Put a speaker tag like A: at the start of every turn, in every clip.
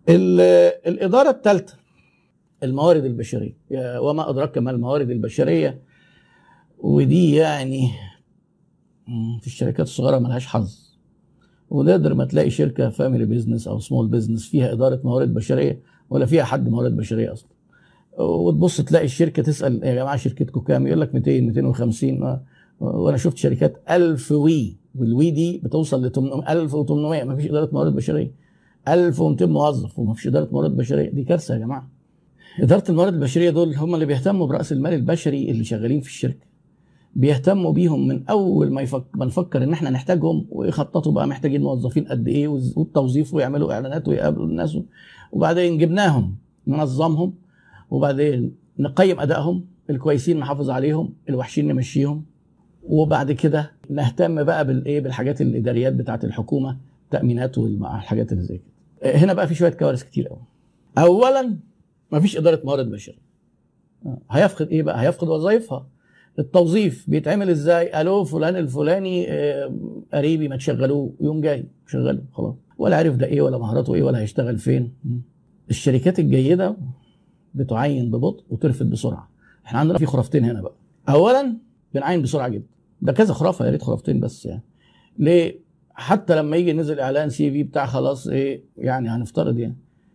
A: الاداره الثالثه الموارد البشريه، وما ادراك ما الموارد البشريه. ودي يعني في الشركات الصغيره ملهاش حظ، ونادر ما تلاقي شركه فاميلي بيزنس او سمول بيزنس فيها اداره موارد بشريه ولا فيها حد موارد بشريه اصلا. وتبص تلاقي الشركه تسال يا جماعه شركتكم كام؟ يقول لك 200 250. وانا شفت شركات 1000 والوي دي بتوصل ل 1800 ما فيش اداره موارد بشريه. 1200 موظف وما فيش اداره موارد بشريه، دي كارثه يا جماعه. اداره الموارد البشريه دول هم اللي بيهتموا براس المال البشري اللي شغالين في الشركه، بيهتموا بيهم من اول ما نفكر ان احنا نحتاجهم، ويخططوا بقى محتاجين موظفين قد ايه والتوظيف، ويعملوا اعلانات ويقابلوا الناس، وبعدين جبناهم ننظمهم، وبعدين نقيم ادائهم، الكويسين نحافظ عليهم، الوحشين نمشيهم، وبعد كده نهتم بقى بالحاجات الاداريات بتاعه الحكومه، تامينات والحاجات اللي زي كده. هنا بقى في شويه كوارث كتير قوي. اولا مفيش اداره موارد بشريه، هيفقد ايه بقى؟ هيفقد وظائفها. التوظيف بيتعمل ازاي؟ الو فلان الفلاني قريبي ما تشغلوه، يوم جاي شغله خلاص، ولا عارف ده ايه ولا مهاراته ايه ولا هيشتغل فين. الشركات الجيده بتعين ببطء وترفد بسرعه. احنا عندنا في خرافتين هنا بقى. اولا بنعين بسرعه جدا، ده كذا خرافه، يا ريت خرافتين بس يعني. ليه؟ حتى لما يجي نزل اعلان سي في بتاع خلاص ايه يعني، هنفترض يعني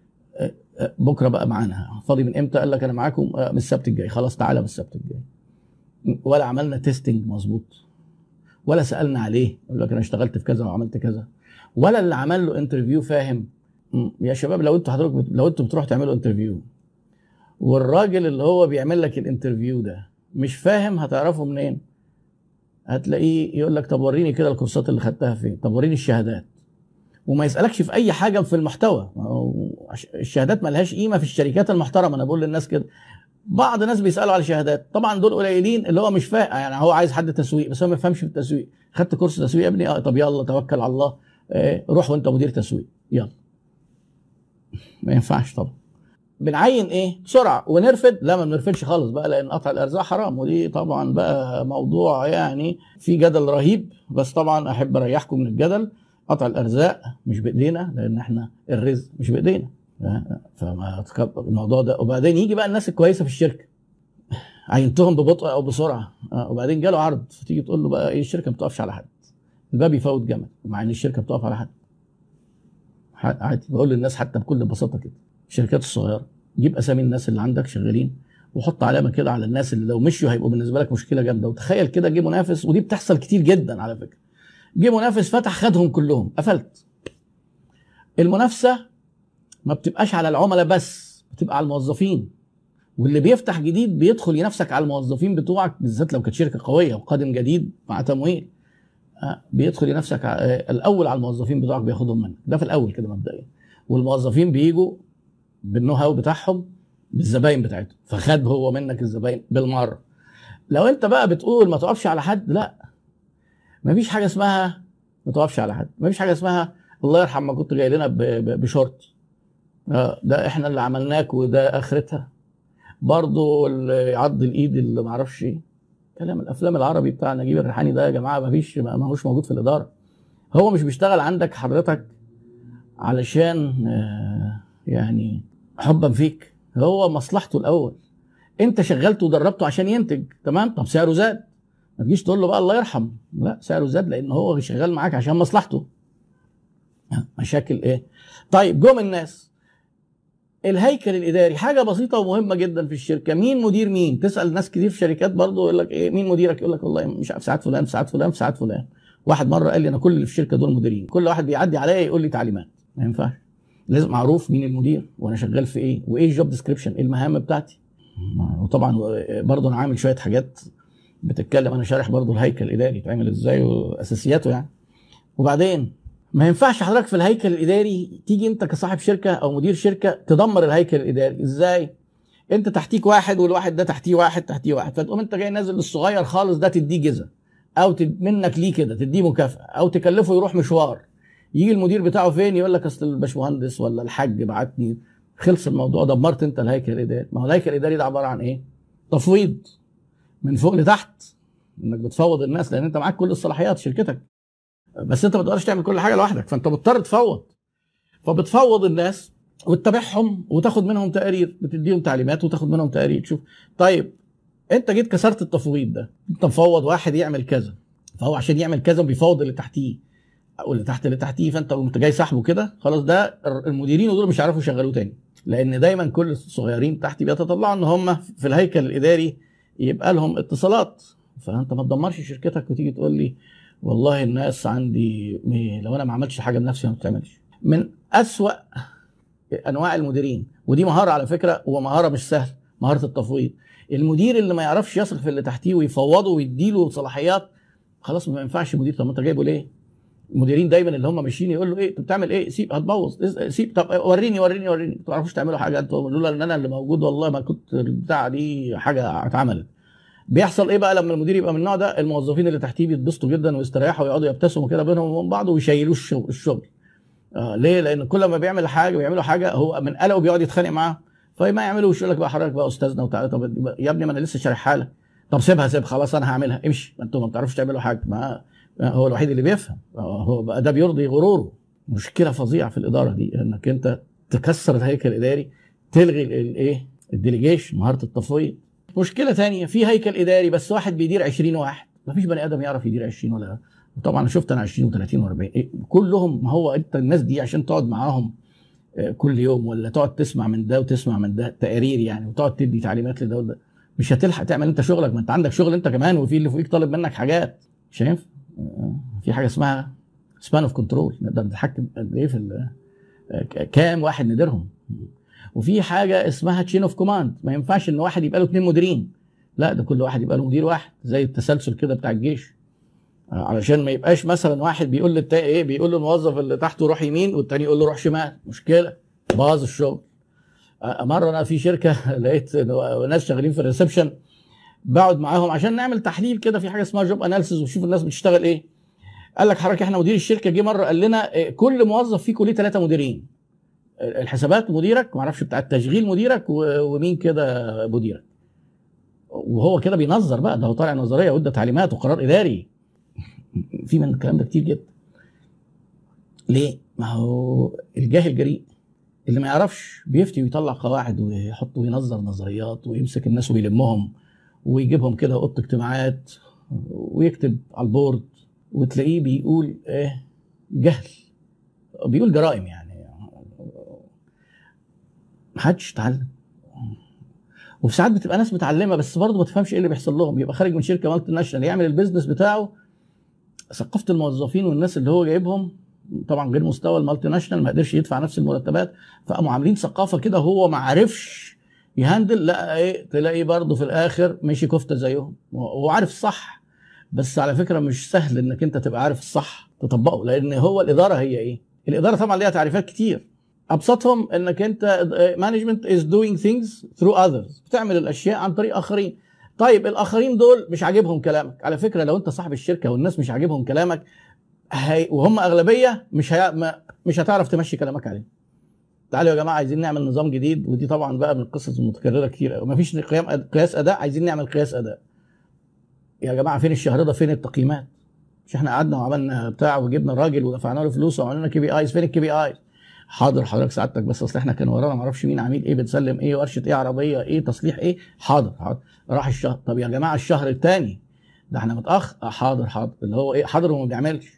A: بكره بقى معانا، فاضي من امتى؟ قال لك انا معاكم من السبت الجاي، خلاص تعالى من السبت الجاي. ولا عملنا تيستنج مظبوط، ولا سالنا عليه، يقول لك انا اشتغلت في كذا وعملت كذا، ولا اللي عمل له انترفيو فاهم. يا شباب لو انتوا بتروحوا تعملوا انترفيو والراجل اللي هو بيعمل لك الانترفيو ده مش فاهم، هتعرفه منين؟ هتلاقيه يقول لك طب وريني كده الكورسات اللي خدتها فين، طب وريني الشهادات، وما يسالكش في اي حاجه في المحتوى. الشهادات ما لهاش قيمه في الشركات المحترمه، انا بقول للناس كده. بعض الناس بيسالوا على شهادات، طبعا دول قليلين، اللي هو مش فاهم يعني، هو عايز حد تسويق بس هو ما يفهمش في التسويق. خدت كورس تسويق يا ابني؟ طب يلا توكل على الله، روح وانت مدير تسويق يلا. ما ينفعش طبعا. بنعين ايه بسرعه ونرفد؟ لا ما بنرفدش خالص بقى، لان قطع الارزاق حرام، ودي طبعا بقى موضوع يعني في جدل رهيب، بس طبعا احب اريحكم من الجدل. قطع الارزاق مش بايدينا، لان احنا الرزق مش بايدينا، فما الموضوع ده. وبعدين يجي بقى الناس الكويسه في الشركه عينتهم ببطء او بسرعه، وبعدين جاله عرض، فتيجي تقول له بقى ايه، الشركه ما بتقفش على حد، الباب يفوت جمل، مع ان الشركه بتقف على حد عادي. بقول للناس حتى بكل بساطه كده، الشركات الصغيره جيب اسامي الناس اللي عندك شغالين، وحط علامه كده على الناس اللي لو مشوا هيبقوا بالنسبه لك مشكله جامده. وتخيل كده جه منافس، ودي بتحصل كتير جدا على فكره، جه منافس فتح خدهم كلهم، قفلت. المنافسه ما بتبقاش على العملاء بس، بتبقى على الموظفين، واللي بيفتح جديد بيدخل ينافسك على الموظفين بتوعك، بالذات لو كانت شركه قويه وقادم جديد مع تمويل، بيدخل ينافسك الاول على الموظفين بتوعك، بياخدهم منك، ده في الاول كده مبدئيا. والموظفين بيجوا بالنو هاو بتاعهم بالزباين بتاعتهم، فخد هو منك الزباين بالمره. لو انت بقى بتقول ما تقفش على حد، لا، مفيش حاجه اسمها ما تقفش على حد، مفيش حاجه اسمها الله يرحم ما كنت جاي لنا بشورت، ده احنا اللي عملناك وده اخرتها. برضه اللي يعض الايد اللي ما اعرفش ايه، كلام الافلام العربي بتاع نجيب الريحاني ده يا جماعه، ما هوش موجود في الاداره. هو مش بيشتغل عندك حضرتك علشان يعني حبا فيك، هو مصلحته الاول. انت شغلته ودربته عشان ينتج، تمام، طب سعره زاد، ما تجيش تقول له بقى الله يرحم، لا، سعره زاد لان هو شغال معاك عشان مصلحته. مشاكل ايه؟ طيب جم الناس، الهيكل الاداري حاجه بسيطه ومهمه جدا في الشركه. مين مدير مين؟ تسال ناس كتير في شركات برضه يقول لك ايه مين مديرك؟ يقول لك والله مش عارف، ساعات فلان، ساعات فلان، ساعات فلان. واحد مره قال لي انا كل اللي في الشركه دول مديرين، كل واحد بيعدي عليا يقول لي تعليمات. ما ينفعش، لازم معروف مين المدير وانا شغال في ايه، وايه الجوب ديسكريبشن، ايه المهام بتاعتي. وطبعا برضه انا عامل شويه حاجات بتتكلم، انا شارح برضه الهيكل الاداري يتعمل ازاي واساسياته يعني. وبعدين ما ينفعش حضرتك في الهيكل الاداري تيجي انت كصاحب شركه او مدير شركه تدمر الهيكل الاداري. ازاي؟ انت تحتيك واحد، والواحد ده تحتيه واحد، تحتيه واحد، فتقوم انت جاي نازل للصغير خالص ده تديه جزء، او منك ليه كده تديه مكافاه، او تكلفه يروح مشوار. يجي المدير بتاعه فين؟ يقول لك اصل الباشمهندس ولا الحاج بعتني. خلص الموضوع، دمرت انت الهيكل الاداري. ما هو الهيكل الاداري ده عباره عن ايه؟ تفويض من فوق لتحت، انك بتفوض الناس لان انت معاك كل الصلاحيات شركتك، بس انت ما تقدرش تعمل كل حاجه لوحدك، فانت مضطر تفوض. فبتفوض الناس وتتابعهم وتاخد منهم تقارير، بتديهم تعليمات وتاخد منهم تقارير. تشوف طيب انت جيت كسرت التفويض ده، انت مفوض واحد يعمل كذا، فهو عشان يعمل كذا بيفوض اللي تحتيه او اللي تحت اللي تحتيه، فانت قمت جاي سحبه كده، خلاص ده المديرين دول مش هيعرفوا يشغلوه تاني، لان دايما كل الصغيرين تحت بيتطلعوا ان هم في الهيكل الاداري يبقى لهم اتصالات. فانت ما تدمرش شركتك وتيجي تقول لي والله الناس عندي لو انا ما عملتش حاجه بنفسي ما بتعملش. من اسوأ انواع المديرين، ودي مهاره على فكره، ومهاره مش سهل، مهاره التفويض. المدير اللي ما يعرفش يثق في اللي تحتيه ويفوضه ويديله صلاحيات، خلاص ما ينفعش مدير. طب ما انت جايبه ليه؟ المديرين دايما اللي هم ماشيين يقول له ايه انت بتعمل ايه؟ سيب، هتبوظ، سيب، طب وريني ما تعرفوش تعملوا حاجه انتوا، لولا ان انا اللي موجود والله ما كنت البتاعه دي حاجه اتعملت. بيحصل ايه بقى لما المدير يبقى من النوع ده؟ الموظفين اللي تحتيه بيتبسطوا جدا ويستريحوا ويقعدوا يبتسموا كده بينهم وبين بعض ويشيلوا الشغل. ليه؟ لان كل ما بيعمل حاجه بيعملوا حاجه هو من قلقه بيقعد يتخانق معاه، فما يعملوش. يقول لك بقى حضرتك بقى استاذنا وتعالى، طب يا ابني ما انا لسه شارحها لك، طب سيبها خلاص انا هعملها، امشي، ما انتوا ما بتعرفوش تعملوا حاجه. ما هو الوحيد اللي بيفهم، هو بقى ده بيرضي غروره. مشكله فظيعه في الاداره دي، انك انت تكسر الهيكل الاداري، تلغي الايه، الديليجيشن، مهاره التفويض. مشكله ثانيه، في هيكل اداري بس واحد بيدير 20 واحد، ما فيش بني ادم يعرف يدير 20 ولا. طبعا شفت انا 20 و30 و40 كلهم. ما هو انت الناس دي عشان تقعد معاهم كل يوم، ولا تقعد تسمع من ده وتسمع من ده تقارير يعني، وتقعد تدي تعليمات لده وده، مش هتلحق تعمل انت شغلك. ما انت عندك شغل انت كمان، وفي اللي فوقيك طالب منك حاجات. مش هينفع. في حاجه اسمها سبان اوف كنترول، نقدر نتحكم قد ايه في كام واحد نديرهم. وفي حاجه اسمها تشين اوف كوماند، ما ينفعش ان واحد يبقى له 2 مديرين، لا ده كل واحد يبقى له مدير واحد، زي التسلسل كده بتاع الجيش. علشان ما يبقاش مثلا واحد بيقول للتاني ايه، بيقول للموظف اللي تحته روح يمين والتاني يقول له روح شمال، مشكله، باظ الشغل. مره انا في شركه لقيت ناس شغالين في الريسبشن، بقعد معاهم عشان نعمل تحليل كده في حاجه اسمها جوب اناليسيز وشوف الناس بتشتغل ايه. قال لك حضرتك احنا مدير الشركه جه مره قال لنا كل موظف فيكم ليه 3 مديرين، الحسابات مديرك، ما اعرفش بتاع التشغيل مديرك، ومين كده مديرك. وهو كده بينظر بقى، ده هو طالع نظريه وادى تعليمات وقرار اداري. في من الكلام ده كتير جدا. ليه؟ ما هو الجاهل جريء، اللي ما يعرفش بيفتي ويطلع قواعد ويحط وينظر نظريات ويمسك الناس ويلمهم ويجيبهم كده اوضه اجتماعات ويكتب على البورد، وتلاقيه بيقول ايه، جهل، بيقول جرائم يعني. محدش اتعلم. وفي ساعات بتبقى ناس متعلمه بس برضه ما تفهمش ايه اللي بيحصل لهم، يبقى خارج من شركه مالتي ناشونال يعمل البيزنس بتاعه، ثقافه الموظفين والناس اللي هو جايبهم طبعا غير مستوى المالتي ناشونال، ما قدرش يدفع نفس المرتبات، فقاموا عاملين ثقافه كده هو ما عرفش يهندل. لا ايه، تلاقيه برضه في الاخر ماشي كفته زيهم، هو عارف الصح، بس على فكره مش سهل انك انت تبقى عارف الصح تطبقه، لان هو الاداره هي ايه؟ الاداره طبعا ليها تعريفات كتير، ابسطهم انك انت management is doing things through others، بتعمل الاشياء عن طريق اخرين. طيب الاخرين دول مش عاجبهم كلامك، على فكره لو انت صاحب الشركه والناس مش عاجبهم كلامك وهم اغلبيه، مش هتعرف تمشي كلامك عليه. تعالوا يا جماعه عايزين نعمل نظام جديد، ودي طبعا بقى من القصص المتكرره كتير، مفيش قياس اداء، عايزين نعمل قياس اداء. يا جماعه فين الشهر ده، فين التقييمات؟ مش احنا قعدنا وعملنا بتاع وجبنا راجل ودفعنا له فلوس وعملنا كي بي ايز، فين الكي بي ايز؟ حاضر حضرتك سعادتك، بس اصل احنا كان ورانا ما اعرفش مين عميل ايه، بتسلم ايه، ورشه ايه، عربيه ايه، تصليح ايه، حاضر. راح الشهر، طب يا جماعه الشهر الثاني ده احنا متاخر، حاضر اللي هو ايه، حاضر وما بيعملش.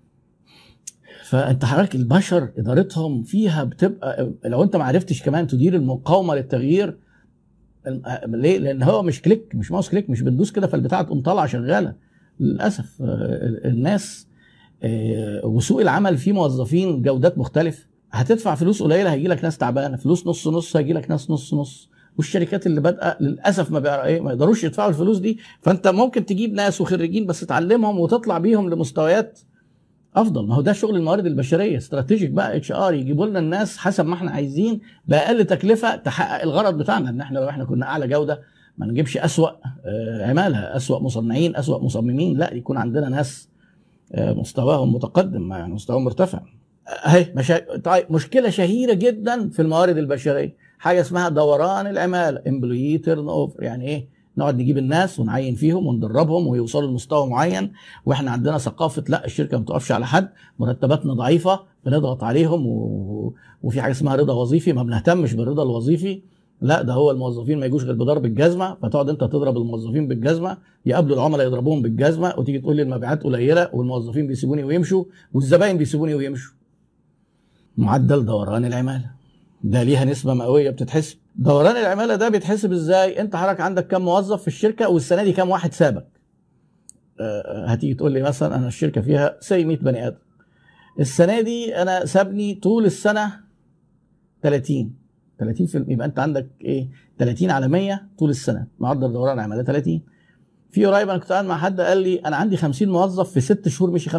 A: فانت حضرتك البشر ادارتهم فيها بتبقى، لو انت ما عرفتش كمان تدير المقاومه للتغيير. ليه؟ لان هو مش كليك، مش ماوس كليك، مش بتدوس كده فالبتاعه تقوم طالعه شغاله. للاسف الناس وسوق العمل فيه موظفين جودات مختلفه، هتدفع فلوس قليله هيجي لك ناس تعبانه، فلوس نص نص هيجي لك ناس نص نص. والشركات اللي بادئه للاسف ما يقدروش يدفعوا الفلوس دي، فانت ممكن تجيب ناس وخريجين بس تعلمهم وتطلع بيهم لمستويات افضل. ما هو ده شغل الموارد البشريه، استراتيجيك بقى اتش ار، يجيبوا لنا الناس حسب ما احنا عايزين باقل تكلفه تحقق الغرض بتاعنا، ان احنا لو احنا كنا اعلى جوده ما نجيبش اسوا عماله، اسوا مصنعين، اسوا مصممين، لا يكون عندنا ناس مستواهم متقدم، يعني مستواهم مرتفع. اهي طيب مشكله شهيره جدا في الموارد البشريه، حاجه اسمها دوران العماله، امبلوي تيرن اوفر. يعني ايه نقعد نجيب الناس ونعين فيهم وندربهم ويوصلوا لمستوى معين، واحنا عندنا ثقافه لا الشركه ما بتقفش على حد، مرتباتنا ضعيفه بنضغط عليهم وفي حاجه اسمها رضا وظيفي، ما بنهتمش بالرضا الوظيفي، لا ده هو الموظفين ما يجوش غير بضرب الجزمه، فتقعد انت تضرب الموظفين بالجزمه، يقابلوا العملاء يضربوهم بالجزمه، وتيجي تقول لي المبيعات قليله والموظفين بيسيبوني ويمشوا والزباين بيسيبوني ويمشوا. معدل دوران العماله ده ليها نسبه مئويه بتتحسب. دوران العماله ده بيتحسب ازاي؟ انت حضرتك عندك كام موظف في الشركه والسنه دي كام واحد سابك. هتيجي تقول لي مثلا انا الشركه فيها 100 بني ادم، السنه دي انا سابني طول السنه 30 يبقى انت عندك ايه 30 على 100 طول السنه، معدل دوران عماله 30. في قريب انا كنت قاعد مع حد قال لي انا عندي 50 موظف في 6 شهور مشي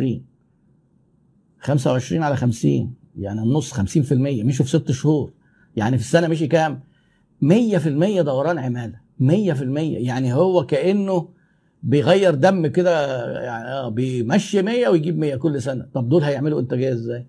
A: 25 على 50 يعني النص 50% مشوا في 6 شهور، يعني في السنه مشي كام؟ 100% دوران عماله 100%، يعني هو كانه بيغير دم كده، يعني بيمشي 100 ويجيب 100 كل سنه. طب دول هيعملوا انتاجيه ازاي؟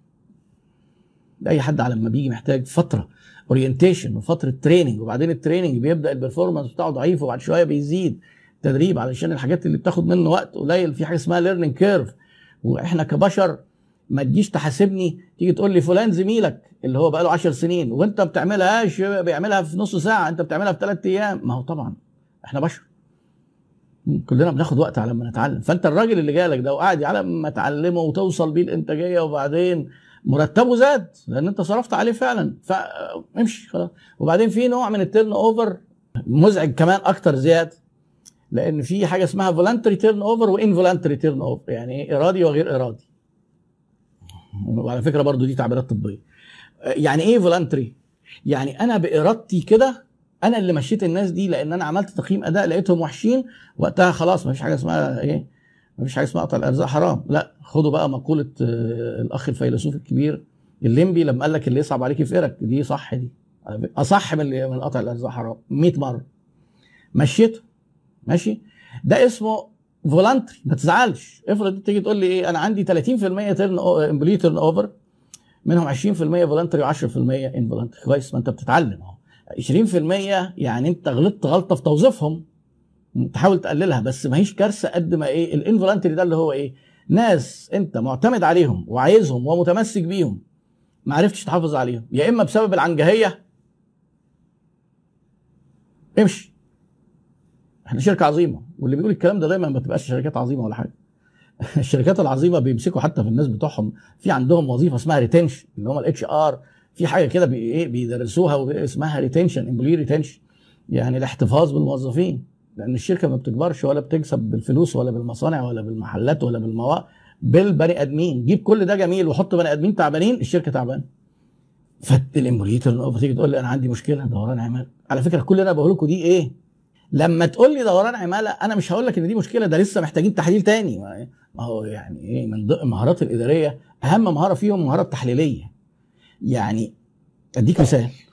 A: اي حد على ما بيجي محتاج فتره اورينتيشن وفتره تريننج، وبعدين التريننج بيبدا البرفورمانس بتاعه ضعيف وبعد شويه بيزيد تدريب، علشان الحاجات اللي بتاخد منه وقت قليل في حاجه اسمها ليرنينج كيرف. واحنا كبشر ما تجيش تحاسبني تيجي تقول لي فلان زميلك اللي هو بقى له 10 سنين وانت بتعملهاش بيعملها في نص ساعه، انت بتعملها في 3 ايام. ما هو طبعا احنا بشر كلنا بناخد وقت على ما نتعلم. فانت الراجل اللي جالك ده وقاعد على ما تعلمه وتوصل بيه الانتاجيه وبعدين مرتبه زاد لان انت صرفت عليه فعلا، فامشي خلاص. وبعدين في نوع من التيرن اوفر مزعج كمان اكتر زياده، لان في حاجه اسمها فولنتري تيرن اوفر وانفولنتري تيرن اوفر، يعني ارادي وغير ارادي. وعلى فكره برضو دي تعبيرات طبيه. يعني ايه فولنتري؟ يعني انا بارادتي كده انا اللي مشيت الناس دي لان انا عملت تقييم اداء لقيتهم وحشين، وقتها خلاص ما فيش حاجه اسمها ايه، ما فيش حاجه اسمها قطع الارزاق حرام. لا خدوا بقى مقوله الاخ الفيلسوف الكبير الليمبي لما قال لك اللي يصعب عليك يفقرك، دي صح، دي اصح من قطع الارزاق حرام 100 مره. مشيته ماشي، ده اسمه فولنتري. ما تزعلش، افرض تيجي تقول لي ايه انا عندي 30% امبلوي تيرن اوفر، منهم 20% فولنتري و10% انفولنتري، كويس ما انت بتتعلم اهو. 20% يعني انت غلطت غلطه في توظيفهم تحاول تقللها، بس ما هيش كارثه قد ما ايه الانفولنتري ده اللي هو ايه، ناس انت معتمد عليهم وعايزهم ومتمسك بيهم ما عرفتش تحافظ عليهم، يا اما بسبب العنجهيه امشي. احنا شركه عظيمه، واللي بيقول الكلام ده دايما ما بتبقاش شركات عظيمه ولا حاجه. الشركات العظيمه بيمسكوا حتى في الناس بتوعهم، في عندهم وظيفه اسمها ريتنشن اللي هم الاتش ار، في حاجه كده بيدرسوها اسمها ريتنشن، امبلوي ريتنشن، يعني الاحتفاظ بالموظفين. لان الشركه ما بتكبرش ولا بتكسب بالفلوس ولا بالمصانع ولا بالمحلات ولا بالمواقع، بالبني ادمين. جيب كل ده جميل وحط بني ادمين تعبانين، الشركه تعبانه. فالامبلوي تيرن اوفر تيجي تقول لي انا عندي مشكله دوران عماله. على فكره كل اللي انا بقول لكم دي ايه، لما تقول لي دوران عماله انا مش هقول لك ان دي مشكله، ده لسه محتاجين تحليل تاني. ما هو يعني ايه، من ضمن المهارات الاداريه اهم مهاره فيهم مهاره تحليليه. يعني اديك مثال،